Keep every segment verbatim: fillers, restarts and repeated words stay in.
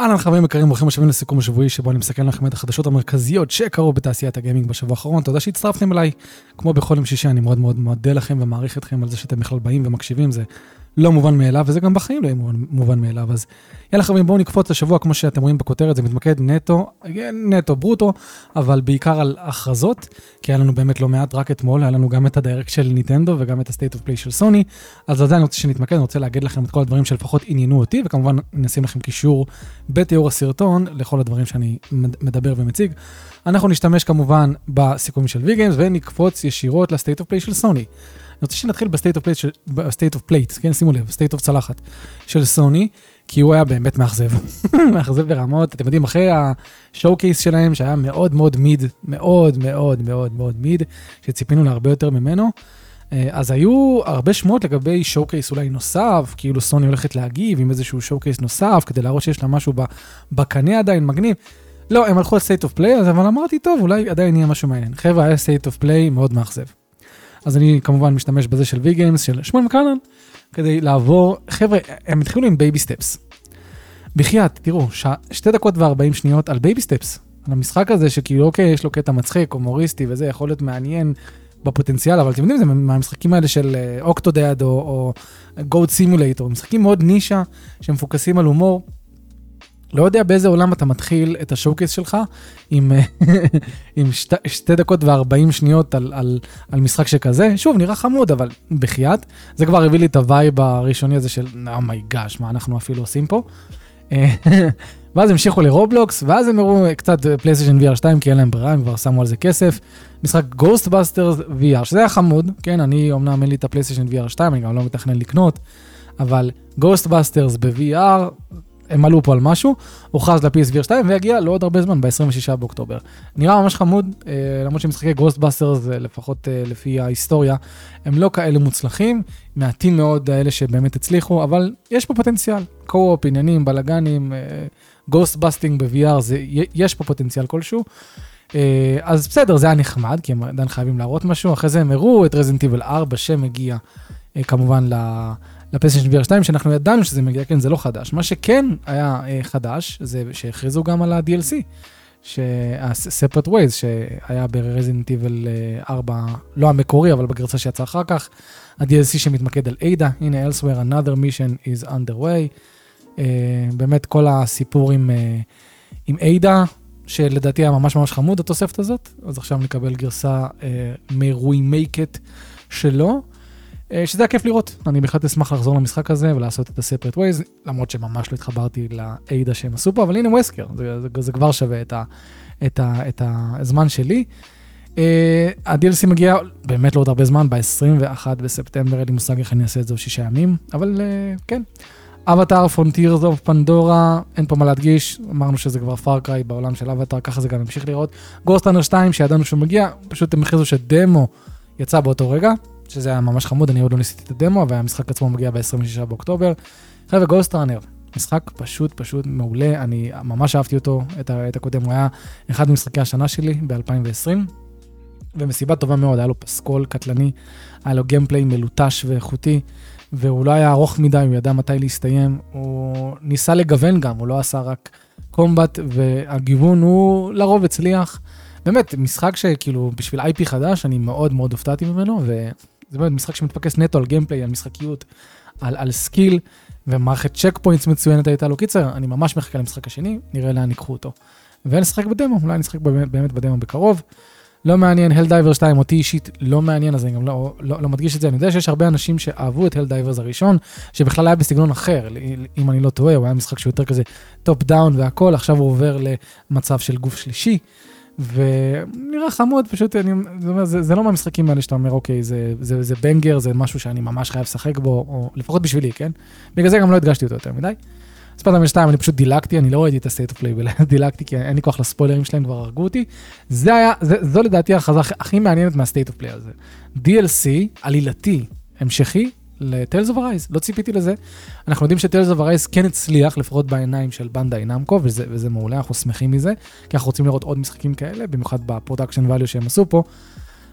אהלן חברים יקרים, ברוכים השבים לסיכום השבועי שבו אני מסכם לכם את החדשות המרכזיות שקרו בתעשיית הגיימינג בשבוע האחרון. תודה שהצטרפתם אליי. כמו בכל יום שישי, אני מאוד מאוד מודה לכם ומעריך אתכם על זה שאתם בכלל באים ומקשיבים. זה לא מובן מאליו, וזה גם בחיים לא מובן מאליו. אז יאללה חברים, בואו נקפוץ לשבוע, כמו שאתם רואים בכותרת, זה מתמקד נטו, נטו ברוטו, אבל בעיקר על הכרזות, כי היה לנו באמת לא מעט רק אתמול, היה לנו גם את הדיירקט של ניטנדו וגם את הסטייט אוף פליי של סוני. אז על זה אני רוצה שנתמקד, אני רוצה להגיד לכם את כל הדברים שלפחות עניינו אותי, וכמובן נשים לכם קישור בתיאור הסרטון לכל הדברים שאני מדבר ומציג. אנחנו נשתמש כמובן בסיכומים של וי-גיימס ונקפוץ ישירות לסטייט אוף פליי של סוני. אני רוצה שנתחיל בסטייט אוף פלייט, בסטייט אוף פלייט, כן, שימו לב, סטייט אוף צלחת של סוני, כי הוא היה באמת מאכזב, מאכזב ברמות, אתם יודעים, אחרי השואו-קייס שלהם, שהיה מאוד מאוד מיד, מאוד מאוד מאוד מאוד מיד, שציפינו להרבה יותר ממנו, אז היו הרבה שמות לגבי שואו-קייס אולי נוסף, כאילו סוני הולכת להגיב עם איזשהו שואו-קייס נוסף, כדי להראות שיש לה משהו בקנה עדיין מגניב. לא, הם הלכו על סטייט אוף פליי, אבל אמרתי, טוב, אולי עדיין יהיה משהו מעניין. חבר'ה, היה סטייט אוף פליי מאוד מאכזב. אז אני כמובן משתמש בזה של וי-גיימס, של שמואל מקרנן, כדי לעבור, חבר'ה, הם התחילו עם בייבי סטפס. בחייאת, תראו, ש... שתי דקות וארבעים שניות על בייבי סטפס, על המשחק הזה שכאילו, אוקיי, יש לו קטע מצחיק, הומוריסטי, וזה יכול להיות מעניין בפוטנציאל, אבל אתם יודעים, זה מהמשחקים האלה של אוקטודד, או, או גוד סימולייטור, משחקים מאוד נישה, שמפוקסים על הומור, לא יודע באיזה עולם אתה מתחיל את השואו-קייס שלך, עם, עם שתי, שתי דקות וארבעים שניות על, על, על משחק שכזה. שוב, נראה חמוד, אבל בחייאת. זה כבר הביא לי את הווייב הראשוני הזה של, אומייגש, מה אנחנו אפילו עושים פה. ואז המשיכו לרובלוקס, ואז הם הראו קצת פלייסטיישן וי אר שתיים, כי אין להם ברירה, הם כבר שמו על זה כסף. משחק Ghostbusters וי אר, שזה היה חמוד, כן, אני אומנם אין לי את הפלייסטיישן וי אר שתיים, אני גם לא מתכנן לקנות, אבל Ghostbusters ב-וי אר, הם עלו פה על משהו, הוכרז ל-פי אס וי אר שתיים, ויגיע לא עוד הרבה זמן, ב-עשרים ושישה באוקטובר. נראה ממש חמוד, למרות שמשחקי Ghostbusters, לפחות לפי ההיסטוריה, הם לא כאלה מוצלחים, מעטים מאוד האלה שבאמת הצליחו, אבל יש פה פוטנציאל, קו-אופ, עניינים, בלגנים, Ghostbusting ב-וי אר, זה, יש פה פוטנציאל כלשהו, אז בסדר, זה היה נחמד, כי הם עדיין חייבים להראות משהו, אחרי זה הם הראו את Resident Evil ארבע, שמגיע כמובן ל... לפלייסטיישן וי אר שתיים, שאנחנו ידענו שזה מגיע, כן, זה לא חדש. מה שכן היה אה, חדש, זה שהכריזו גם על ה-די אל סי, שה-Separate Ways, שהיה ב-Resident Evil ארבע, לא המקורי, אבל בגרסה שיצא אחר כך, ה-די אל סי שמתמקד על אידה, הנה, elsewhere, another mission is underway, אה, באמת כל הסיפור עם, אה, עם אידה, שלדעתי היה ממש ממש חמוד, התוספת הזאת, אז עכשיו נקבל גרסה אה, מ-remake שלו, שזה היה כיף לראות, אני בהחלט אשמח לחזור למשחק הזה ולעשות את ה-Separate Ways, למרות שממש לא התחברתי לאידה שהם עשו פה, אבל הנה וויסקר, זה, זה, זה כבר שווה את, ה, את, ה, את הזמן שלי. ה-די אל סי מגיע באמת לא עוד הרבה זמן, ב-עשרים ואחד בספטמבר, אין לי מושג איך אני אעשה את זה שישה ימים, אבל כן. אבטאר, Frontiers of Pandora, אין פה מה להדגיש, אמרנו שזה כבר Far Cry בעולם של אבטאר, ככה זה גם המשיך לראות. Ghost Runner שתיים, שידענו שהוא מגיע, פשוט הם הכריזו שדמו יצא באותו רגע, שזה היה ממש חמוד, אני עוד לא ניסיתי את הדמו, והמשחק עצמו מגיע ב-עשרים ושישה באוקטובר. חבר'ה, Ghost Runner, משחק פשוט פשוט מעולה, אני ממש אהבתי אותו, את, ה- את הקודם, הוא היה אחד ממשחקי השנה שלי ב-אלפיים ועשרים, ומסיבה טובה מאוד, היה לו פסקול קטלני, היה לו גיימפליי מלוטש ואיכותי, והוא לא היה ארוך מדי, הוא ידע מתי להסתיים, הוא ניסה לגוון גם, הוא לא עשה רק קומבט, והגיוון הוא לרוב הצליח, באמת, משחק שכאילו בשביל איי פי חדש, אני מאוד מאוד הופתעתי ממנו, וזה באמת משחק שמתפקס נטו על גיימפליי, על משחקיות, על, על סקיל, ומערכת צ'ק פוינטס מצוינת הייתה לו. קיצר, אני ממש מחכה למשחק השני, נראה לאן ייקחו אותו. ונשחק בדמו, אולי נשחק באמת, באמת בדמו בקרוב. לא מעניין, Helldivers שתיים, אותי אישית לא מעניין, אז אני גם לא, לא, לא מדגיש את זה. אני יודע שיש הרבה אנשים שאהבו את Helldivers הראשון, שבכלל היה בסגנון אחר, אם אני לא טועה, הוא היה משחק שהוא יותר כזה טופ דאון והכל, עכשיו הוא עובר למצב של גוף שלישי. ונראה חמוד, פשוט, אני, זה, זה לא מהמשחקים האלה שאתה אומר, אוקיי, זה, זה, זה בנגר, זה משהו שאני ממש חייב לשחק בו, או לפחות בשבילי, כן? בגלל זה גם לא הדגשתי אותו יותר מדי. ספיידרמן שתיים, אני פשוט דילגתי, אני לא ראיתי את הסטייט אוף פליי, דילגתי, כי אין לי כוח לספוילרים שלהם, כבר הרגו אותי. זה היה, זה, זו לדעתי החזה הכי מעניינת מהסטייט אוף פליי הזה. די אל סי, עלילתי, המשכי, לטיילס אוף ארייז, לא ציפיתי לזה. אנחנו יודעים שטיילס אוף ארייז כן הצליח, לפחות בעיניים של בנדאי נאמקו, וזה, וזה מעולה, אנחנו שמחים מזה, כי אנחנו רוצים לראות עוד משחקים כאלה, במיוחד בפרודקשן ואליו שהם עשו פה.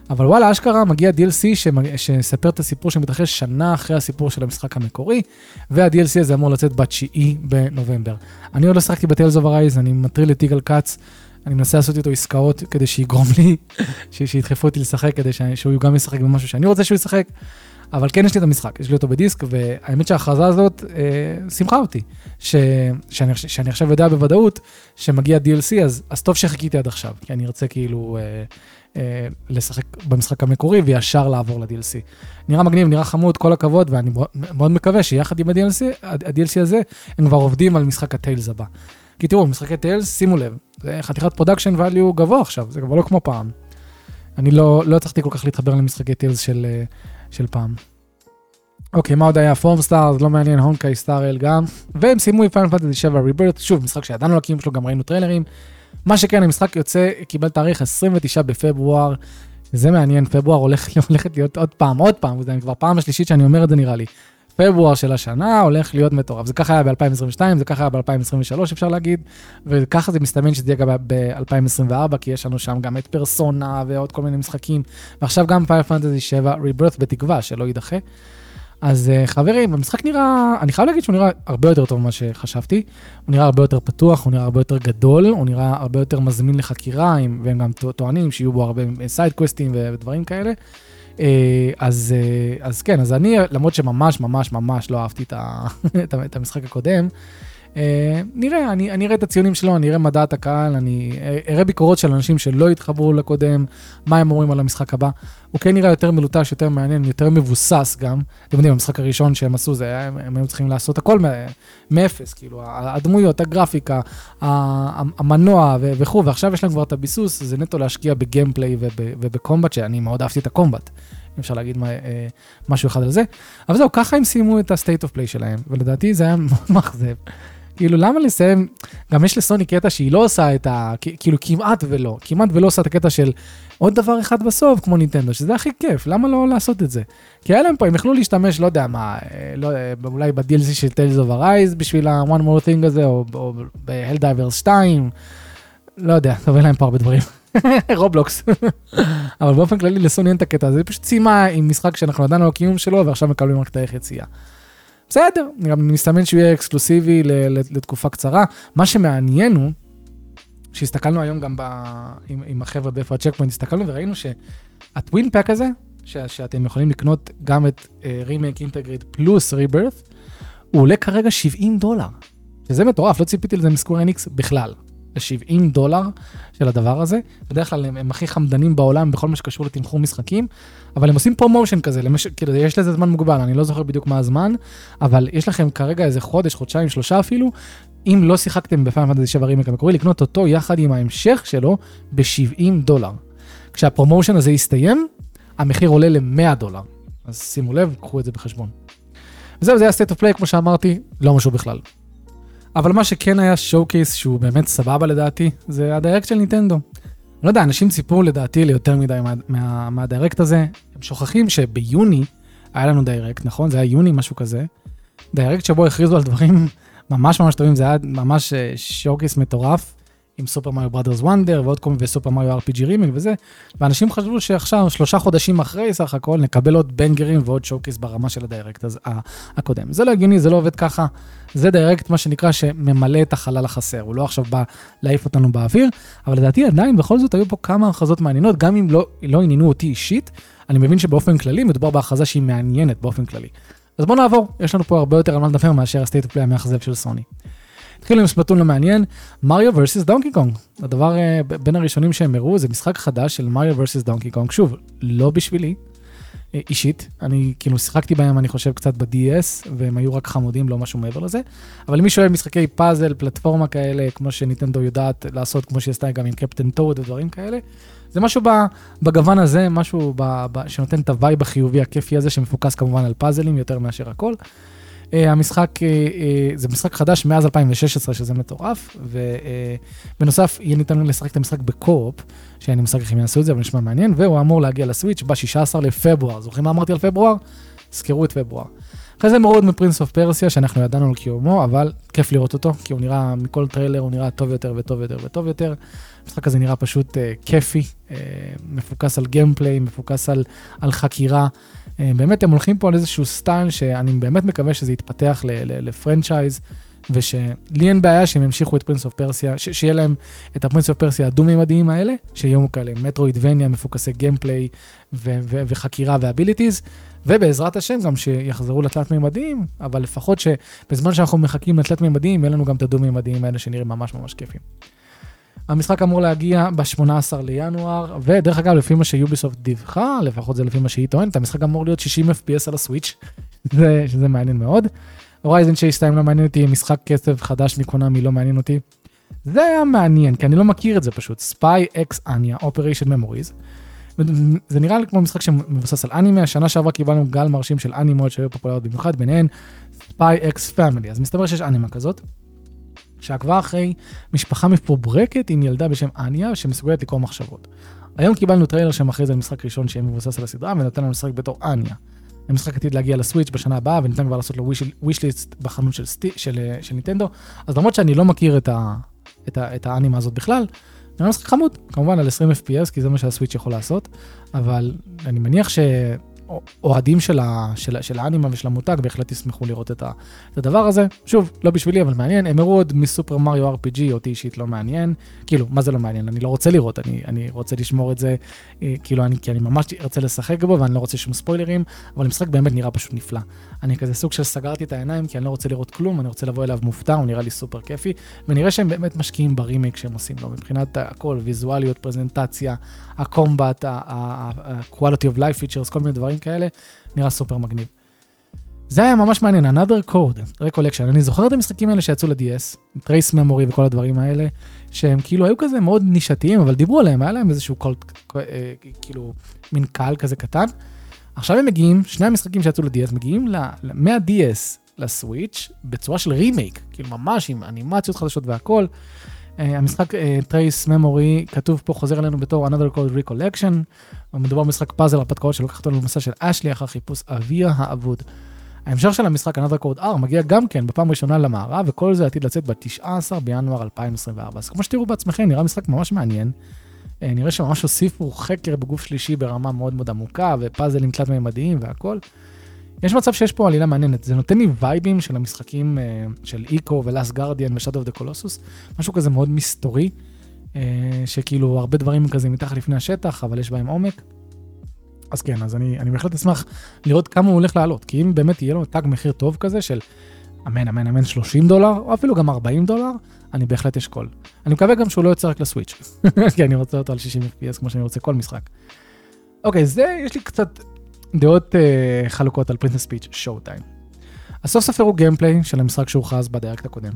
אבל וואלה, אשכרה מגיע די אל סי שספר את הסיפור שמתרחש שנה אחרי הסיפור של המשחק המקורי, וה-די אל סי הזה אמור לצאת בתשיעי בנובמבר. אני עוד לא שחקתי בטיילס אוף ארייז, אני מטריל את יגאל כץ, אני מנסה לעשות איתו עסקאות כדי שיגרום לי, שידחפו אותי לשחק, כדי שהוא גם ישחק במשהו שאני רוצה שהוא ישחק, אבל כן יש לי את המשחק, יש לי אותו בדיסק, והאמת שההכרזה הזאת אה, שמחה אותי, ש, שאני, שאני עכשיו יודע בוודאות שמגיע די אל סי, אז, אז טוב שחיכיתי עד עכשיו, כי אני ארצה כאילו אה, אה, לשחק במשחק המקורי וישר לעבור ל-די אל סי. נראה מגניב, נראה חמוד, כל הכבוד, ואני מאוד מקווה שיחד עם ה-די אל סי, ה-די אל סי הזה, הם כבר עובדים על משחק הטיילס הבא. כי תראו, משחקי טיילס, שימו לב, זה חתיכת פרודקשן ואליו גבוה עכשיו, זה כבר לא כמו פעם. אני לא, לא הצלחתי כל כך להתחבר למשחקי טיילס של, של פעם. אוקיי, מה עוד היה? פורם סטארס, לא מעניין, הונקאי סטאר אל גם, והם סיימו עם פיינל פנטזי שבע ריברט, שוב, משחק שידענו להקים שלו, גם ראינו טריילרים. מה שכן, המשחק יוצא, קיבל תאריך עשרים ותשעה בפברואר, זה מעניין, פברואר הולך, הולכת להיות עוד פעם, עוד פעם, זה כבר פעם השלישית שאני אומר את זה נראה לי. פברואר של השנה הולך להיות מטורף. זה ככה היה ב-אלפיים עשרים ושתיים, זה ככה היה ב-אלפיים עשרים ושלוש, אפשר להגיד, וככה זה מסתמן שזה יהיה גם ב-אלפיים עשרים וארבע, כי יש לנו שם גם את פרסונה ועוד כל מיני משחקים, ועכשיו גם פיינל פנטזי שבע ריברט בתקווה שלא יידחה. אז חברים, המשחק נראה, אני חייב להגיד שהוא נראה הרבה יותר טוב ממה שחשבתי, הוא נראה הרבה יותר פתוח, הוא נראה הרבה יותר גדול, הוא נראה הרבה יותר מזמין לחקירה, והם גם טוענים שיהיו בו הרבה סייד קווסטים ודברים כאלה. אז, אז כן, אז אני, למרות שממש ממש ממש לא אהבתי את המשחק הקודם, נראה, אני, אני אראה את הציונים שלו, אני אראה מדעת הקהל, אני אראה ביקורות של אנשים שלא התחברו לקודם, מה הם אומרים על המשחק הבא. הוא כן נראה יותר מלוטש, יותר מעניין, יותר מבוסס גם. אתם יודעים, המשחק הראשון שהם עשו, זה היה, הם היו צריכים לעשות הכל מאפס, כאילו, הדמויות, הגרפיקה, המנוע וכו', ועכשיו יש להם כבר את הביסוס, זה נטו להשקיע בגיימפליי ובקומבט, שאני מאוד אהבתי את הקומבט. אפשר להגיד משהו אחד על זה. אבל זהו, ככה הם סיימו את ה-state of play שלהם, ולדעתי זה היה מחזב. כאילו, למה לסיים? גם יש לסוני קטע שהיא לא עושה את ה... כאילו, כמעט ולא. כמעט ולא עושה את הקטע של עוד דבר אחד בסוף, כמו ניטנדו, שזה הכי כיף. למה לא לעשות את זה? כי היה להם פה, הם יכלו להשתמש, לא יודע מה, לא, אולי ב-די אל סי של Tales of Arise, בשביל ה-One More Thing הזה, או, או ב-Helldivers שתיים, לא יודע, תביא להם פה הרבה דברים. רובלוקס. אבל באופן כללי לסוני אין את הקטע, זה פשוט צימה עם משחק שאנחנו עדיין על הקיום שלו, ועכשיו מקבלים רק את היציאה. בסדר, גם מסתמן שהוא יהיה אקסקלוסיבי לתקופה קצרה. מה שמעניין הוא, שהסתכלנו היום גם עם, עם החבר'ה באיפה הצ'קפוינט, הסתכלנו וראינו שהטווין פאק הזה, ש, שאתם יכולים לקנות גם את רימייק אינטגריד פלוס ריברת', הוא עולה כרגע שבעים דולר. שזה מטורף, לא ציפיתי לזה מסקוור אניקס בכלל. ל-שבעים דולר של הדבר הזה. בדרך כלל הם, הם הכי חמדנים בעולם בכל מה שקשור לתמחור משחקים, אבל הם עושים פרומושן כזה, למש... כאילו יש לזה זמן מוגבל, אני לא זוכר בדיוק מה הזמן, אבל יש לכם כרגע איזה חודש, חודשיים, שלושה אפילו, אם לא שיחקתם בפיינל פנטזי שבע רימייק המקורי, לקנות אותו יחד עם ההמשך שלו ב-שבעים דולר. כשהפרומושן הזה יסתיים, המחיר עולה ל-מאה דולר. אז שימו לב, קחו את זה בחשבון. וזהו, זה היה state of play, כמו שאמרתי, לא משהו בכלל. אבל מה שכן היה שואו-קייס שהוא באמת סבבה לדעתי, זה הדיירקט של ניטנדו. לא יודע, אנשים ציפו לדעתי ליותר מדי מה, מה, מהדיירקט הזה. הם שוכחים שביוני היה לנו דיירקט, נכון? זה היה יוני, משהו כזה. דיירקט שבו הכריזו על דברים ממש ממש טובים, זה היה ממש שואו-קייס מטורף, עם סופר מריו בראדרס וונדר, ועוד כל מיני סופר מריו אר פי ג'י רימייק וזה, ואנשים חשבו שעכשיו, שלושה חודשים אחרי סך הכל, נקבל עוד בנגרים ועוד שואו-קייס ברמה של הדיירקט הקודם. זה לא הגיוני, זה לא עובד ככה, זה דיירקט מה שנקרא שממלא את החלל החסר, הוא לא עכשיו בא להעיף אותנו באוויר, אבל לדעתי עדיין בכל זאת היו פה כמה הרחזות מעניינות, גם אם לא, לא עניינו אותי אישית, אני מבין שבאופן כללי מדובר בהרחזה שהיא מעניינת באופן כללי. אז בואו נעבור, יש לנו פה הרבה יותר על מה לדבר מאשר ה-state of play המאכזב של סוני. התחילו עם ספלטון לא מעניין, מריו versus דונקי קונג. הדבר בין הראשונים שהם הראו, זה משחק חדש של מריו versus דונקי קונג. שוב, לא בשבילי, אישית. אני כאילו שיחקתי בהם, אני חושב, קצת ב-די אס, והם היו רק חמודים, לא משהו מעבר לזה. אבל מי שאוהב משחקי פאזל, פלטפורמה כאלה, כמו שניטנדו יודעת לעשות, כמו שהיא עשתה גם עם קפטן טוד ודברים כאלה, זה משהו בגוון הזה, משהו שנותן את הווייב החיובי, הכיפי הזה, שמפוקס כמובן על פאזלים יותר מאשר הכל. המשחק, זה משחק חדש מאז אלפיים ושש עשרה, שזה מטורף, ובנוסף יהיה ניתן לשחק את המשחק בקו-אופ, שאני משחק איך הם יעשו את זה, אבל נשמע מעניין, והוא אמור להגיע לסוויץ' ב-שישה עשר לפברואר. זוכרים מה אמרתי על פברואר? זכרו את פברואר. אחרי זה מורד מפרינס אוף פרסיה, שאנחנו ידענו על קיומו, אבל כיף לראות אותו, כי הוא נראה, מכל טריילר הוא נראה טוב יותר וטוב יותר וטוב יותר. המשחק הזה נראה פשוט uh, כיפי, uh, מפוקס על גיימפליי, מפוקס על, על חקירה. Uh, באמת הם הולכים פה על איזשהו סטייל, שאני באמת מקווה שזה יתפתח לפרנצ'ייז, ושלי אין בעיה שהם ימשיכו את פרינס אוף פרסיה, ש- שיהיה להם את הפרינס אוף פרסיה הדו-מימדיים האלה, שיהיו כאלה מטרואידבניה, מפוקסי גיימפליי ו- ו- וחקירה ואביליטיז, ובעזרת השם גם שיחזרו לתלת מימדיים, אבל לפחות שבזמן שאנחנו מחכים לתלת מימדיים, יהיה לנו גם את הדו-מימדיים האלה שנראים ממש ממש כיפים. המשחק אמור להגיע ב-שמונה עשר לינואר, ודרך אגב, לפי מה שיוביסופט דיווחה, לפחות זה לפי מה שהיא טוענת, המשחק אמור להיות שישים אף פי אס על הסוויץ', זה, שזה מעניין מאוד. הורייזן צ'ייס שתיים לא מעניין אותי, משחק כסף חדש מקונאמי לא מעניין אותי. זה היה מעניין, כי אני לא מכיר את זה פשוט. Spy X Anya, Operation Memories. זה נראה לי כמו משחק שמבוסס על אנימה, השנה שעברה קיבלנו גל מרשים של אנימות שהיו פופולריות במיוחד, ביניהן Spy X Family. אז מסתבר שיש אנימה כזאת, שעקבה אחרי משפחה מפוברקת עם ילדה בשם אניה, שמסוגלת לקרוא מחשבות. היום קיבלנו טריילר שמכריז על משחק ראשון שיהיה מבוסס על הסדרה, ונתן לנו משחק בתור אניה. המשחק עתיד להגיע לסוויץ' בשנה הבאה, וניתן כבר לעשות לו וויש-ליסט בחנות של, סטי, של, של ניטנדו. אז למרות שאני לא מכיר את, ה, את, ה, את האנימה הזאת בכלל, נראה משחק חמוד, כמובן על עשרים אף פי אס, כי זה מה שהסוויץ' יכול לעשות, אבל אני מניח שאוהדים של, ה, של, של האנימה ושל המותג בהחלט ישמחו לראות את, ה, את הדבר הזה. שוב, לא בשבילי, אבל מעניין. הם הראו עוד מסופר מריו אר פי ג'י, אותי אישית לא מעניין. כאילו, מה זה לא מעניין? אני לא רוצה לראות, אני, אני רוצה לשמור את זה, כאילו, אני, כי אני ממש רוצה לשחק בו, ואני לא רוצה שום ספוילרים, אבל המשחק באמת נראה פשוט נפלא. אני כזה סוג של סגרתי את העיניים, כי אני לא רוצה לראות כלום, אני רוצה לבוא אליו מופתע, הוא נראה לי סופר כיפי, ונראה שהם באמת משקיעים ברימייק שהם עושים לו, מבחינת הכל, ויזואליות, פרזנטציה, הקומבט, ה-quality of life features, כל מיני דברים כאלה, נראה סופר מגניב. זה היה ממש מעניין, Another Code, Recollection, אני זוכר את המשחקים האלה שיצאו ל-די אס, Trace Memory וכל הדברים האלה, שהם כאילו היו כזה מאוד נישתיים, אבל דיברו עליהם, היה להם איזשהו כאילו מין קהל כזה קטן. עכשיו הם מגיעים, שני המשחקים שיצאו ל-די אס, מגיעים מה-די אס לסוויץ' בצורה של רימייק, כאילו ממש עם אנימציות חדשות והכל. המשחק Trace Memory כתוב פה, חוזר אלינו בתור Another Code Recollection, מדובר במשחק פאזל הרפתקאות שלוקח אותנו למסע של אשלי אחר חיפוש אביה האבוד. ההמשך של המשחק Another Code R מגיע גם כן בפעם ראשונה למערב, וכל זה עתיד לצאת ב-תשעה עשר בינואר אלפיים עשרים וארבע. אז כמו שתראו בעצמכם, נראה משחק ממש מעניין. נראה שממש הוסיפו חקר בגוף שלישי ברמה מאוד מאוד עמוקה, ופאזלים תלת מימדיים והכל. יש מצב שיש פה עלילה מעניינת, זה נותן לי וייבים של המשחקים של איקו ולאסט גארדיאן ושאדו אוף דה קולוסוס, משהו כזה מאוד מסתורי, שכאילו הרבה דברים כזה מתחת לפני השטח, אבל יש בהם עומק. אז כן, אז אני, אני בהחלט אשמח לראות כמה הוא הולך לעלות, כי אם באמת יהיה לו תג מחיר טוב כזה של אמן, אמן, אמן שלושים דולר, או אפילו גם ארבעים דולר, אני בהחלט אשקול. אני מקווה גם שהוא לא יוצא רק לסוויץ', כי אני רוצה אותו על שישים אף פי אס כמו שאני רוצה כל משחק. אוקיי, זה, יש לי קצת דעות uh, חלוקות על פרינסס פיץ' שואו טיים. אז סוף סוף הראו גיימפליי של המשחק שהוכרז בדיירקט הקודם.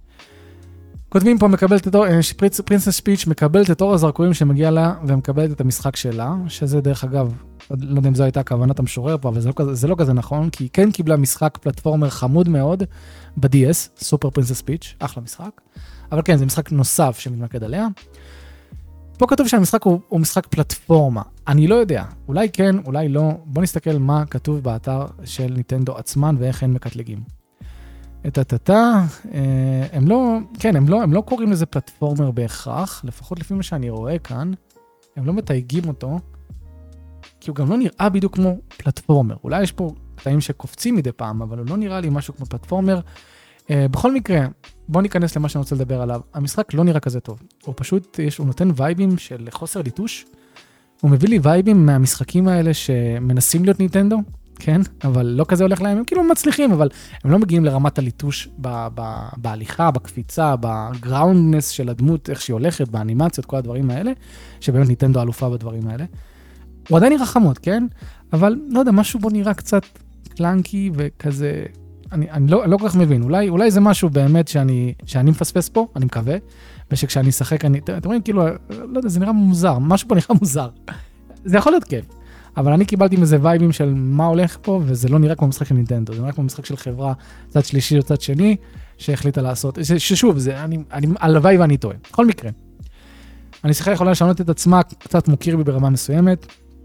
כותבים פה, מקבלת את אור, פרינסס פיץ' מקבלת את אור הזרקורים שמגיע לה, ומקבלת את המשחק שלה, שזה דרך אגב, לא יודע אם זו הייתה כוונת המשורר פה, אבל זה לא כזה, זה לא כזה נכון, כי היא כן קיבלה משחק פלטפורמר חמוד מאוד, ב-די אס, סופר פרינסס פיץ', אחלה משחק, אבל כן, זה משחק נוסף שמתמקד עליה. פה כתוב שהמשחק הוא, הוא משחק פלטפורמה, אני לא יודע, אולי כן, אולי לא, בוא נסתכל מה כתוב באתר של ניטנדו עצמן, ואיך הן מקטלגים. את התתה, הם לא, כן, הם לא, הם לא קוראים לזה פלטפורמר בהכרח, לפחות לפי מה שאני רואה כאן, הם לא מתייגים אותו, כי הוא גם לא נראה בדיוק כמו פלטפורמר. אולי יש פה קטעים שקופצים מדי פעם, אבל הוא לא נראה לי משהו כמו פלטפורמר. בכל מקרה, בוא ניכנס למה שאני רוצה לדבר עליו. המשחק לא נראה כזה טוב. הוא פשוט, יש, הוא נותן וייבים של חוסר ליטוש. הוא מביא לי וייבים מהמשחקים האלה שמנסים להיות ניטנדו, כן, אבל לא כזה הולך להם, הם כאילו מצליחים, אבל הם לא מגיעים לרמת הליטוש ב- ב- בהליכה, בקפיצה, בגראונדנס של הדמות, איך שהיא הולכת, באנימציות, כל הדברים האלה, שבאמת ניטנדו אלופה בדברים האלה. הוא עדיין נראה חמוד, כן? אבל לא יודע, משהו בו נראה קצת קלנקי וכזה, אני, אני לא, לא כל כך מבין, אולי, אולי זה משהו באמת שאני, שאני מפספס פה, אני מקווה, ושכשאני אשחק, אני, אתם רואים, כאילו, לא יודע, זה נראה מוזר, משהו פה נראה מוזר. זה יכול להיות כיף. אבל אני קיבלתי מזה וייבים של מה הולך פה, וזה לא נראה כמו משחק של נינטנדו, זה נראה כמו משחק של חברה, צד שלישי או צד שני, שהחליטה לעשות, ששוב, זה, אני, אני, הלוואי ואני טועה. בכל מקרה, הנסיכה יכולה לשנות את עצמה, קצת מוכיר בי ברמה מסוימת,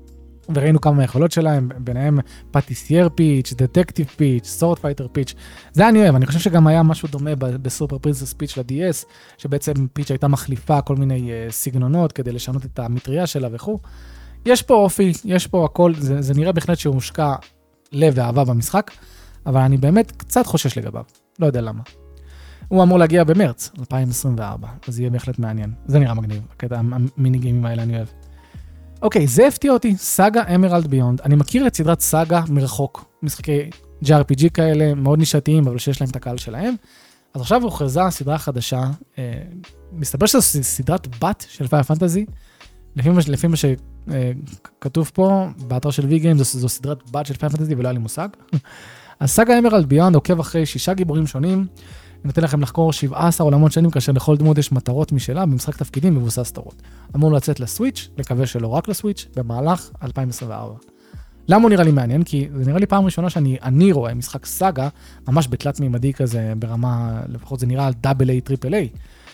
וראינו כמה היכולות שלהם, ביניהם פטיסייר פיץ', דטקטיב פיץ', סורד פייטר פיץ'. זה אני אוהב, אני חושב שגם היה משהו דומה בסופר פרינסס פיץ' ל-די אס, שבעצם פיץ' הייתה מחליפה כל מיני uh, סגנונות כדי לשנות את המטריה שלה וכו'. יש פה אופי, יש פה הכל, זה, זה נראה בהחלט שהוא מושקע לב ואהבה במשחק, אבל אני באמת קצת חושש לגביו, לא יודע למה. הוא אמור להגיע במרץ אלפיים עשרים וארבע, אז יהיה בהחלט מעניין. זה נראה מגניב, הקטע המיניגיימים האלה אני אוהב. אוקיי, זה הפתיע אותי, סאגה אמרלד ביונד. אני מכיר את סדרת סאגה מרחוק, משחקי ג'י אר פי ג'י כאלה, מאוד נישתיים, אבל שיש להם את הקהל שלהם. אז עכשיו הוכרזה סדרה חדשה, אה, מסתבר שזו סדרת בת של פייר פנטזי, לפי מה, לפי מה שכתוב פה, באתר של וי-גיים, זו, זו סדרת בת של פייר פנטזי ולא היה לי מושג. אז סאגה אמרלד ביונד עוקב אחרי שישה גיבורים שונים, נותן לכם לחקור שבעה עשר עולמות שונים, כאשר לכל דמות יש מטרות משלה, במשחק תפקידים מבוסס תורות. אמור לצאת לסוויץ', לקווה שלא רק לסוויץ', במהלך אלפיים עשרים וארבע. למה הוא נראה לי מעניין? כי זה נראה לי פעם ראשונה שאני אני רואה משחק סאגה, ממש בתלת מימדי כזה, ברמה, לפחות זה נראה על דאבל איי, טריפל איי,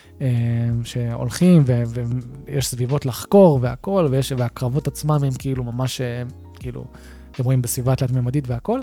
שהולכים ו- ויש סביבות לחקור והכל, ויש, והקרבות עצמם הם כאילו ממש, כאילו, אתם רואים בסביבה תלת מימדית והכל.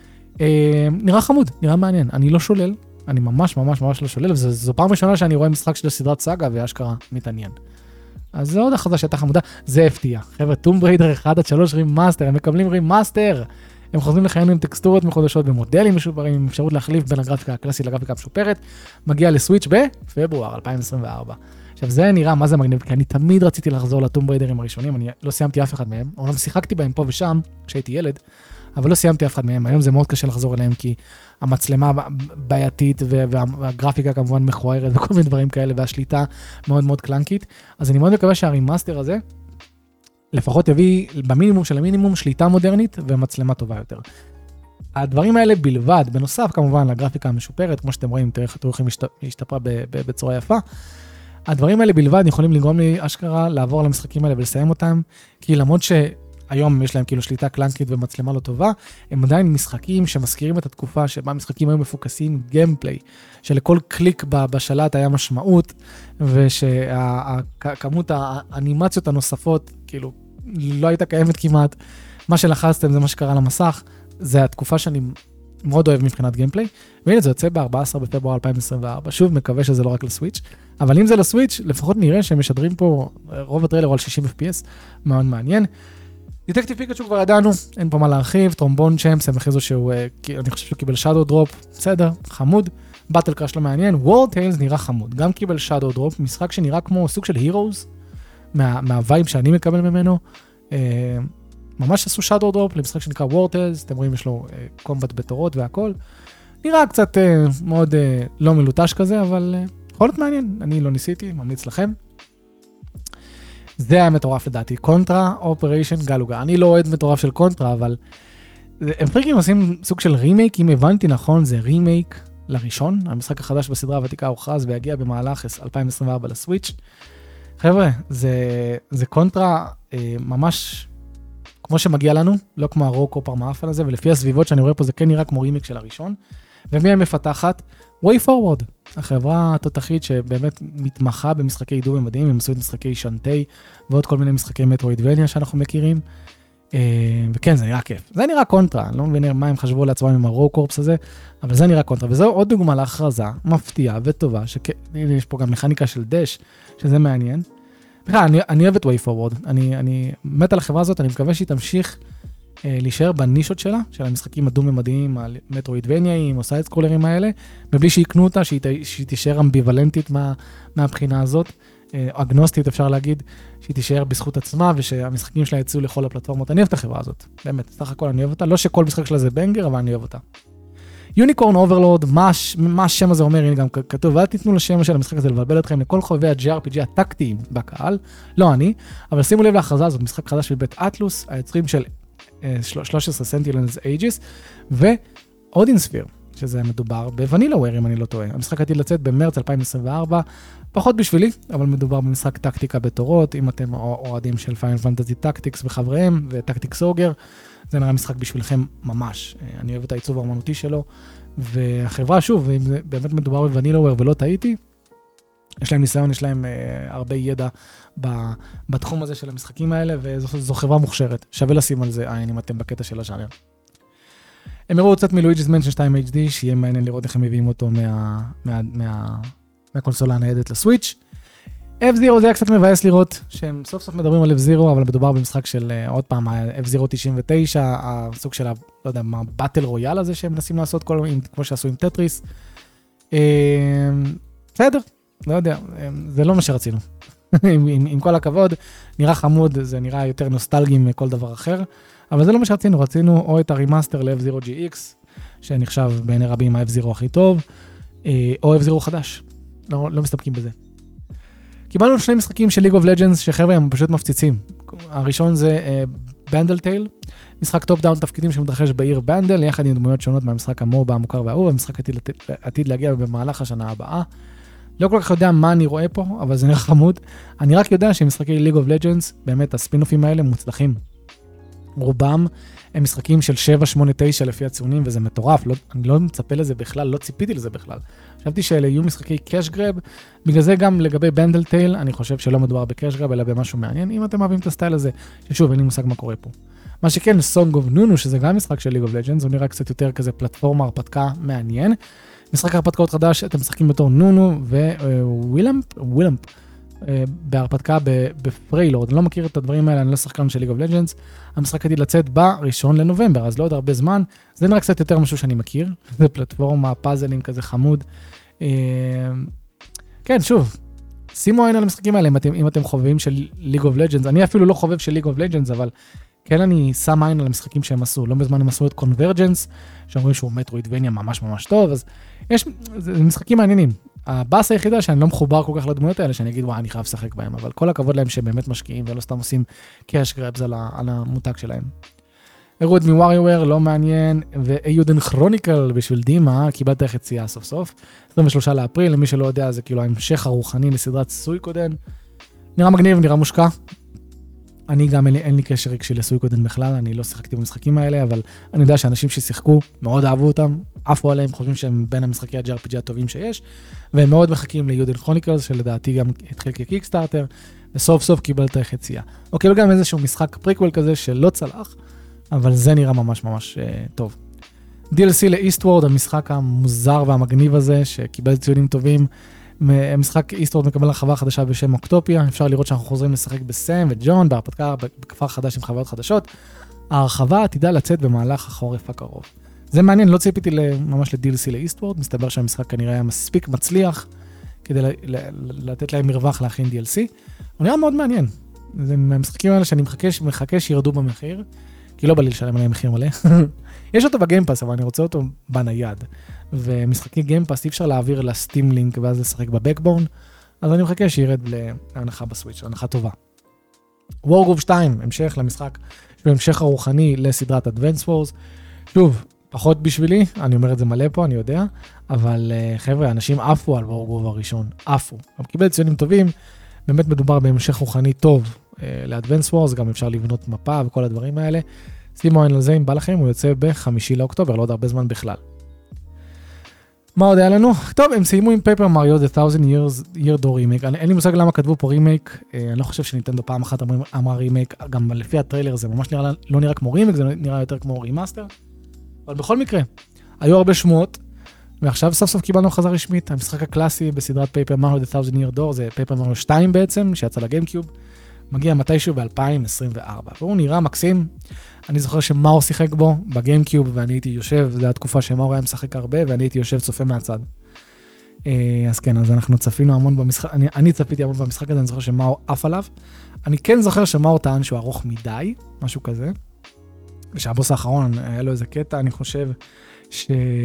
נראה חמוד, נראה מעניין. אני לא שולל, אני ממש ממש ממש לא שולל, וזו פעם ראשונה שאני רואה משחק של סדרת סאגה, ואשכרה מתעניין. אז זה עוד החזה שהייתה חמודה, זה הפתיע. חבר'ה, טום בריידר אחד עד שלוש רימאסטר, הם מקבלים רימאסטר, הם חוזרים לחיינו עם טקסטורות מחודשות במודלים משופרים, עם אפשרות להחליף בין הגרפיקה הקלאסית לגרפיקה המשופרת, מגיע לסוויץ' בפברואר אלפיים עשרים וארבע. עכשיו זה נראה מה זה מגניב, כי אני תמיד רציתי לחזור לטום בריידרים הראשונים, אני לא סיימתי אף אחד מהם, אומנם שיחקתי בהם פה ושם כשהייתי ילד, אבל לא סיימתי אף אחד מהם. היום זה מאוד קשה לחזור אליהם, כי המצלמה בעייתית והגרפיקה כמובן מכוערת וכל מיני דברים כאלה, והשליטה מאוד מאוד קלנקית. אז אני מאוד מקווה שהרימאסטר הזה לפחות יביא במינימום של המינימום שליטה מודרנית ומצלמה טובה יותר. הדברים האלה בלבד, בנוסף כמובן לגרפיקה המשופרת, כמו שאתם רואים, תראו איך היא השתפרה בצורה יפה. הדברים האלה בלבד יכולים לגרום לי אשכרה לעבור למשחקים האלה ולסיים אותם, כי למרות ש היום יש להם כאילו שליטה קלנקית ומצלמה לא טובה, הם עדיין משחקים שמזכירים את התקופה שבה משחקים היו מפוקסים גיימפליי, שלכל קליק בשלט היה משמעות, ושכמות האנימציות הנוספות כאילו לא הייתה קיימת כמעט, מה שלחצתם זה מה שקרה למסך, זה התקופה שאני מאוד אוהב מבחינת גיימפליי, והנה זה יוצא ב-ארבעה עשר בפברואר אלפיים עשרים וארבע, שוב מקווה שזה לא רק לסוויץ', אבל אם זה לסוויץ', לפחות נראה שהם משדרים פה רוב הטריילר על שישים אף פי אס, מאוד מעניין. דטקטיב פיקאצ'ו כבר ידענו, אין פה מה להרחיב, טרומבון צ'מפס, הם הכריזו שהוא, אני חושב שהוא קיבל שדו דרופ, בסדר, חמוד, באטל קראש לא מעניין, וורד טיילס נראה חמוד, גם קיבל שדו דרופ, משחק שנראה כמו סוג של הירוז, מה, מהווייב שאני מקבל ממנו, אה, ממש עשו שדו דרופ למשחק שנקרא וורד טיילס, אתם רואים יש לו אה, קומבט בתורות והכל, נראה קצת אה, מאוד אה, לא מלוטש כזה, אבל אה, יכול להיות מעניין, אני לא ניסיתי, ממליץ לכם. זה היה מטורף לדעתי, קונטרה אופריישן גלוגה. אני לא אוהד מטורף של קונטרה, אבל הם פריקים עושים סוג של רימייק, אם הבנתי נכון, זה רימייק לראשון, המשחק החדש בסדרה הוותיקה הוכרז והגיע במהלך אלפיים עשרים וארבע לסוויץ'. חבר'ה, זה, זה קונטרה אה, ממש כמו שמגיע לנו, לא כמו הרוקופר מאפל הזה, ולפי הסביבות שאני רואה פה זה כן נראה כמו רימייק של הראשון. ומי המפתחת? Way Forward, החברה התותחית שבאמת מתמחה במשחקי עידור ממדיים, הם עשו את משחקי שנטי ועוד כל מיני משחקי מטרואידבניה שאנחנו מכירים, וכן, זה נראה כיף. זה נראה קונטרה, אני לא מבין מה הם חשבו לעצמם עם הרוקורפס הזה, אבל זה נראה קונטרה, וזו עוד דוגמה להכרזה מפתיעה וטובה, שיש פה גם מכניקה של דש, שזה מעניין. בכלל, אני, אני אוהב את Way Forward, אני, אני מת על החברה הזאת, אני מקווה שהיא תמשיך להישאר בנישות שלה, של המשחקים הדו-ממדיים, המטרואידבניאיים או סייד-סקרולרים האלה, מבלי שיקנו אותה, שהיא, שהיא תישאר אמביוולנטית מה, מהבחינה הזאת, אגנוסטית אפשר להגיד, שהיא תישאר בזכות עצמה, ושהמשחקים שלה יצאו לכל הפלטפורמות. אני אוהב את החברה הזאת, באמת, סך הכל אני אוהב אותה, לא שכל משחק שלה זה בנגר, אבל אני אוהב אותה. יוניקורן אוברלורד, מה, מה השם הזה אומר? הנה גם כתוב, ואל תיתנו לשם של המשחק הזה לבלבל אתכם לכל חובבי ה-ג'י אר פי ג'י הטקטיים בקהל, לא אני, אבל שימו לב להכרזה הזאת, משחק חדש מבית אטלוס, היוצרים של שלוש עשרה Sentinels Aegis, ואודינספיר, שזה מדובר בוונילאוור, אם אני לא טועה. המשחק עתיד לצאת במרץ אלפיים עשרים וארבע, פחות בשבילי, אבל מדובר במשחק טקטיקה בתורות, אם אתם אוהדים של Final Fantasy Tactics וחבריהם, וטקטיקס אוגר, זה נראה משחק בשבילכם ממש. אני אוהב את העיצוב האמנותי שלו, והחברה, שוב, אם זה באמת מדובר בוונילאוור ולא טעיתי, יש להם ניסיון, יש להם uh, הרבה ידע ב, בתחום הזה של המשחקים האלה, וזו חברה מוכשרת. שווה לשים על זה עין אם אתם בקטע של הז'אנר. הם הראו קצת מלואיג'יס מנשן שתיים אייץ' די, שיהיה מעניין לראות איך הם מביאים אותו מה, מה, מה, מהקונסולה הניידת לסוויץ'. F-Zero זה היה קצת מבאס לראות שהם סוף סוף מדברים על F-Zero, אבל מדובר במשחק של עוד פעם, F-Zero תשעים ותשע, הסוג של, לא יודע, מה, באטל רויאל הזה שהם מנסים לעשות, כל, כמו שעשו עם טטריס. בסדר, לא יודע, זה לא מה שרצינו. עם, עם, עם כל הכבוד, נראה חמוד, זה נראה יותר נוסטלגי מכל דבר אחר, אבל זה לא מה שרצינו, רצינו או את הרימאסטר ל-F-Zero ג'י אקס, שנחשב בעיני רבים ה-F-Zero הכי טוב, או F-Zero חדש, לא, לא מסתפקים בזה. קיבלנו שני משחקים של League of Legends שחבר'ה הם פשוט מפציצים. הראשון זה בנדל טייל, משחק טופ דאון תפקידים שמתרחש בעיר בנדל, יחד עם דמויות שונות מהמשחק המובה המוכר והאהוב, המשחק עתיד, עתיד להגיע במהלך השנה הבאה. לא כל כך יודע מה אני רואה פה, אבל זה נראה חמוד. אני רק יודע שמשחקי League of Legends, באמת הספינופים האלה מוצלחים. רובם הם משחקים של שבע, שמונה, תשע לפי הציונים, וזה מטורף, לא, אני לא מצפה לזה בכלל, לא ציפיתי לזה בכלל. חשבתי שאלה יהיו משחקי קאש גרב, בגלל זה גם לגבי בנדל טייל, אני חושב שלא מדובר בקאש גרב, אלא במשהו מעניין, אם אתם אוהבים את הסטייל הזה, ששוב, אין לי מושג מה קורה פה. מה שכן, Song of Nunu, שזה גם משחק של League of Legends, הוא נראה קצת יותר כזה פלטפורמה, הרפתקה מעניין. משחק הרפתקאות חדש, אתם משחקים בתור נונו ווילמפ, ווילמפ, בהרפתקה בפריילורד. אני לא מכיר את הדברים האלה, אני לא שחקן של League of Legends. המשחק עתיד לצאת בראשון לנובמבר, אז לא עוד הרבה זמן. זה נראה קצת יותר משהו שאני מכיר. זה פלטפורמה, פאזלים כזה חמוד. כן, שוב, שימו עין על המשחקים האלה, אם אתם, אם אתם חובבים של League of Legends. אני אפילו לא חובב של League of Legends, אבל כן אני שם עין על המשחקים שהם עשו. לא בזמן הם עשו את Convergence, שאומרים שהוא מטרוידבניה ממש ממש טוב, אז יש, זה משחקים מעניינים. הבאס היחידה שאני לא מחובר כל כך לדמויות האלה, שאני אגיד, וואי, אני חייב לשחק בהם, אבל כל הכבוד להם שהם באמת משקיעים, ולא סתם עושים קאש גרבס על, על המותג שלהם. הראו את מ-WarioWare, לא מעניין, ואיודן כרוניקל בשביל דימה, קיבלת חצייה סוף סוף, עשרים ושלושה לאפריל, למי שלא יודע, זה כאילו ההמשך הרוחני לסדרת סויקודן, נראה מגניב, נראה מושקע. אני גם, אין לי, אין לי קשר רגשי לסויקודן בכלל, אני לא שיחקתי במשחקים האלה, אבל אני יודע שאנשים ששיחקו, מאוד אהבו אותם, עפו עליהם, חושבים שהם בין המשחקי ה-ג'י אר פי ג'י הטובים שיש, והם מאוד מחכים ליודן כרוניקלס, שלדעתי גם התחיל כקיקסטארטר, וסוף סוף קיבלת חצייה. או כאילו גם איזשהו משחק פריקוול כזה שלא צלח, אבל זה נראה ממש ממש uh, טוב. די אל סי לאיסטוורד, המשחק המוזר והמגניב הזה, שקיבל ציונים טובים, המשחק איסטוורד מקבל הרחבה חדשה בשם אוקטופיה, אפשר לראות שאנחנו חוזרים לשחק בסם וג'ון, בהרפתקה בכפר חדש עם חוויות חדשות. ההרחבה עתידה לצאת במהלך החורף הקרוב. זה מעניין, לא ציפיתי ממש ל-די אל סי לאיסטוורד, מסתבר שהמשחק כנראה היה מספיק מצליח, כדי לתת להם מרווח להכין די אל סי. הוא נראה מאוד מעניין. זה מהמשחקים האלה שאני מחכה, מחכה שירדו במחיר, כי לא בא לי לשלם עליהם מחיר מלא. יש אותו בגיימפאס, אבל אני רוצה אותו בנייד. ומשחקי גיימפאס אי אפשר להעביר לסטים לינק ואז לשחק בבקבון, אז אני מחכה שירד להנחה בסוויץ', הנחה טובה. וורקראפט שתיים, המשך למשחק, המשך הרוחני לסדרת Advance Wars. שוב, פחות בשבילי, אני אומר את זה מלא פה, אני יודע, אבל חבר'ה, אנשים עפו על וורקראפט הראשון, עפו. הם קיבל ציונים טובים, באמת מדובר בהמשך רוחני טוב ל-Advance Wars, גם אפשר לבנות מפה וכל הדברים האלה. שימו עין על זה, אם בא לכם, הוא יוצא בחמישי לאוקטובר, לא עוד הרבה זמן בכלל. מה עוד היה לנו? טוב, הם סיימו עם Paper Mario The Thousand Years Year Door Remake. אני, אין לי מושג למה כתבו פה רימייק, אני לא חושב שניתן פעם אחת אמרה רימייק, גם לפי הטריילר זה ממש נראה, לא נראה כמו רימייק, זה נראה יותר כמו רימאסטר. אבל בכל מקרה, היו הרבה שמועות, ועכשיו סוף סוף קיבלנו חזרה רשמית, המשחק הקלאסי בסדרת Paper Mario The Thousand Year Door, זה Paper Mario שתיים בעצם, שיצא לגיימקיוב, מגיע מתישהו ב-אלפיים עשרים וארבע, והוא נראה מקסים. אני זוכר שמאור שיחק בו בגיימקיוב, ואני הייתי יושב, זו התקופה שמאור היה משחק הרבה, ואני הייתי יושב צופה מהצד. אז כן, אז אנחנו צפינו המון במשחק, אני, אני צפיתי המון במשחק הזה, אני זוכר שמאור עף עליו. אני כן זוכר שמאור טען שהוא ארוך מדי, משהו כזה. ושהבוס האחרון, היה לו איזה קטע, אני חושב, ש...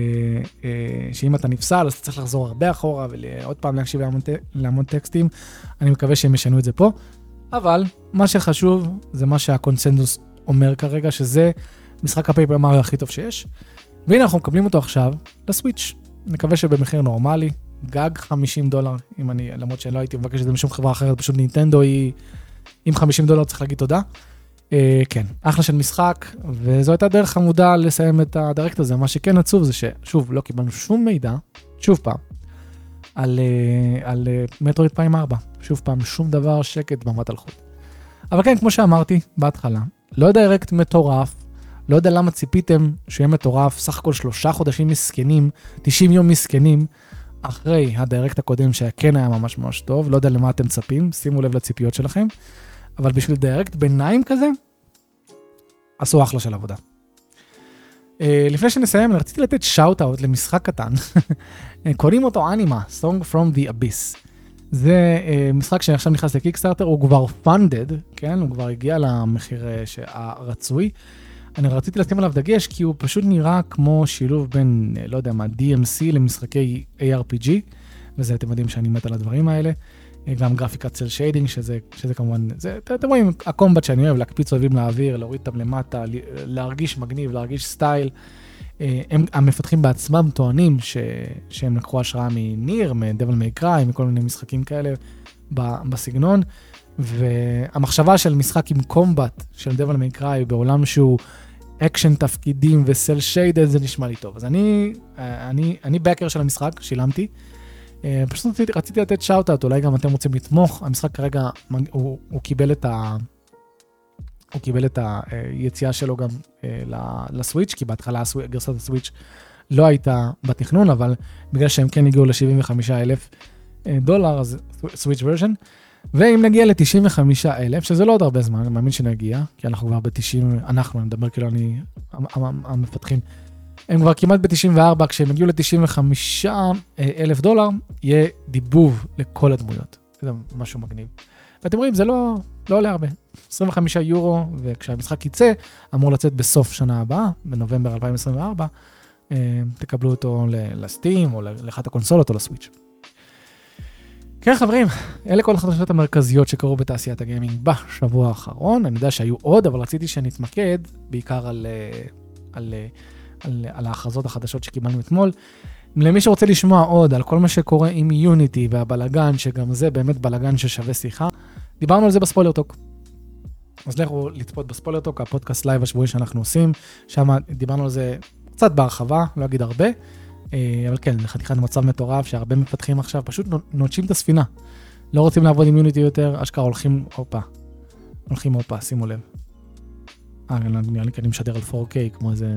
שאם אתה נפסל, אז אתה צריך לחזור הרבה אחורה, ועוד פעם להקשיב להמון, להמון טקסטים. אני מקווה שהם ישנו את זה פה. אבל מה שחשוב זה מה שהקונסנזוס אומר כרגע, שזה משחק הפייפר מריו הכי טוב שיש. והנה אנחנו מקבלים אותו עכשיו לסוויץ'. נקווה שבמחיר נורמלי, גג חמישים דולר, אם אני, למרות שאני לא הייתי מבקש את זה משום חברה אחרת, פשוט נינטנדו היא, עם חמישים דולר צריך להגיד תודה. אה, כן, אחלה של משחק, וזו הייתה דרך חמודה לסיים את הדירקט הזה. מה שכן עצוב זה ששוב, לא קיבלנו שום מידע, שוב פעם, על, על מטרויד פריים ארבע. שוב פעם, שום דבר, שקט במבט על חוט. אבל כן, כמו שאמרתי בהתחלה, לא דיירקט מטורף, לא יודע למה ציפיתם שיהיה מטורף, סך הכל שלושה חודשים מסכנים, תשעים יום מסכנים, אחרי הדיירקט הקודם שכן היה ממש ממש טוב, לא יודע למה אתם צפים, שימו לב לציפיות שלכם, אבל בשביל דיירקט ביניים כזה, עשו אחלה של עבודה. Uh, לפני שנסיים, אני רציתי לתת שאוט-אוט למשחק קטן, קוראים אותו אנימה, Song from the Abyss. זה uh, משחק שעכשיו נכנס לקיקסטארטר, הוא כבר funded, כן? הוא כבר הגיע למחיר uh, הרצוי. אני רציתי לשים עליו דגש, כי הוא פשוט נראה כמו שילוב בין, לא יודע מה, די אם סי למשחקי איי אר פי ג'י, וזה אתם יודעים שאני מת על הדברים האלה. גם גרפיקת סל שיידינג, שזה, שזה כמובן, זה, אתם רואים, הקומבט שאני אוהב, להקפיץ אוהבים לאוויר, להוריד אותם למטה, להרגיש מגניב, להרגיש סטייל. הם, המפתחים בעצמם טוענים ש, שהם לקחו השראה מניר, מדבל מיי קריי, מכל מיני משחקים כאלה בסגנון, והמחשבה של משחק עם קומבט של דבל מיי קריי בעולם שהוא אקשן תפקידים וסל שיידד, זה נשמע לי טוב. אז אני, אני, אני בקר של המשחק, שילמתי, פשוט רציתי, רציתי לתת שאוט-אוט, אולי גם אתם רוצים לתמוך, המשחק כרגע, הוא, הוא קיבל את ה... הוא קיבל את היציאה שלו גם לסוויץ', כי בהתחלה גרסת הסוויץ' לא הייתה בתכנון, אבל בגלל שהם כן הגיעו ל-שבעים וחמישה אלף דולר, אז סוויץ' ורז'ן, ואם נגיע ל-תשעים וחמישה אלף, שזה לא עוד הרבה זמן, אני מאמין שנגיע, כי אנחנו כבר ב-תשעים, אנחנו, אני מדבר כאילו אני, המפתחים, הם כבר כמעט ב-תשעים וארבע, כשהם הגיעו ל-תשעים וחמישה אלף דולר, יהיה דיבוב לכל הדמויות. זה משהו מגניב. ואתם רואים, זה לא, לא עולה הרבה. עשרים וחמישה יורו, וכשהמשחק יצא, אמור לצאת בסוף שנה הבאה, בנובמבר אלפיים עשרים וארבע, תקבלו אותו לסטים, או לאחת הקונסולות, או לסוויץ'. כן, חברים, אלה כל החדשות המרכזיות שקרו בתעשיית הגיימינג בשבוע האחרון. אני יודע שהיו עוד, אבל רציתי שנתמקד בעיקר על, על, על, על ההכרזות החדשות שקיבלנו אתמול. למי שרוצה לשמוע עוד על כל מה שקורה עם יוניטי והבלגן, שגם זה באמת בלגן ששווה שיחה, דיברנו על זה בספוילר טוק. אז לכו לצפות בספוילר טוק, הפודקאסט לייב השבועי שאנחנו עושים, שם דיברנו על זה קצת בהרחבה, לא אגיד הרבה, אבל כן, זה חתיכת מצב מטורף, שהרבה מפתחים עכשיו פשוט נוטשים את הספינה. לא רוצים לעבוד עם יוניטי יותר, אשכרה הולכים, אופה, הולכים אופה, שימו לב. אה, נראה לי כי אני משדר על פור קיי, כמו איזה...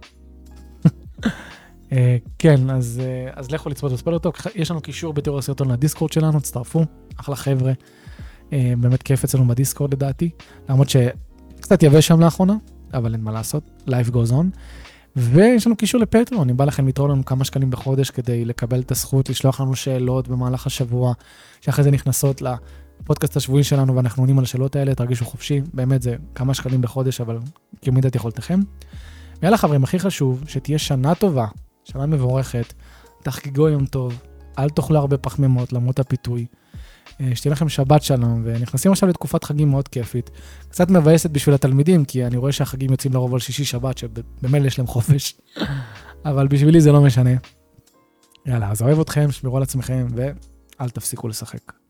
כן, אז, אז לכו לצפות בספוילר טוק, יש לנו קישור בתיאור הסרטון לדיסקורד שלנו, תצטרפו, אחלה חבר'ה, באמת כיף אצלנו בדיסקורד לדעתי, למרות שקצת יבש שם לאחרונה, אבל אין מה לעשות, life goes on, ויש לנו קישור לפטריון, אם בא לכם לתרום לנו כמה שקלים בחודש כדי לקבל את הזכות, לשלוח לנו שאלות במהלך השבוע, שאחרי זה נכנסות לפודקאסט השבועי שלנו, ואנחנו עונים על השאלות האלה, תרגישו חופשי, באמת זה כמה שקלים בחודש, אבל כמידת יכולתכם. ויאללה חברים, הכי חשוב, שתהיה שנה טובה, שנה מבורכת, תחגגו יום טוב, אל תאכלו הרבה פחמימות למרות הפיתוי, שתהיה לכם שבת שלום, ונכנסים עכשיו לתקופת חגים מאוד כיפית, קצת מבאסת בשביל התלמידים, כי אני רואה שהחגים יוצאים לרוב על שישי שבת, שבמילא יש להם חופש, אבל בשבילי זה לא משנה. יאללה, אז אוהב אתכם, שמירו על עצמכם, ואל תפסיקו לשחק.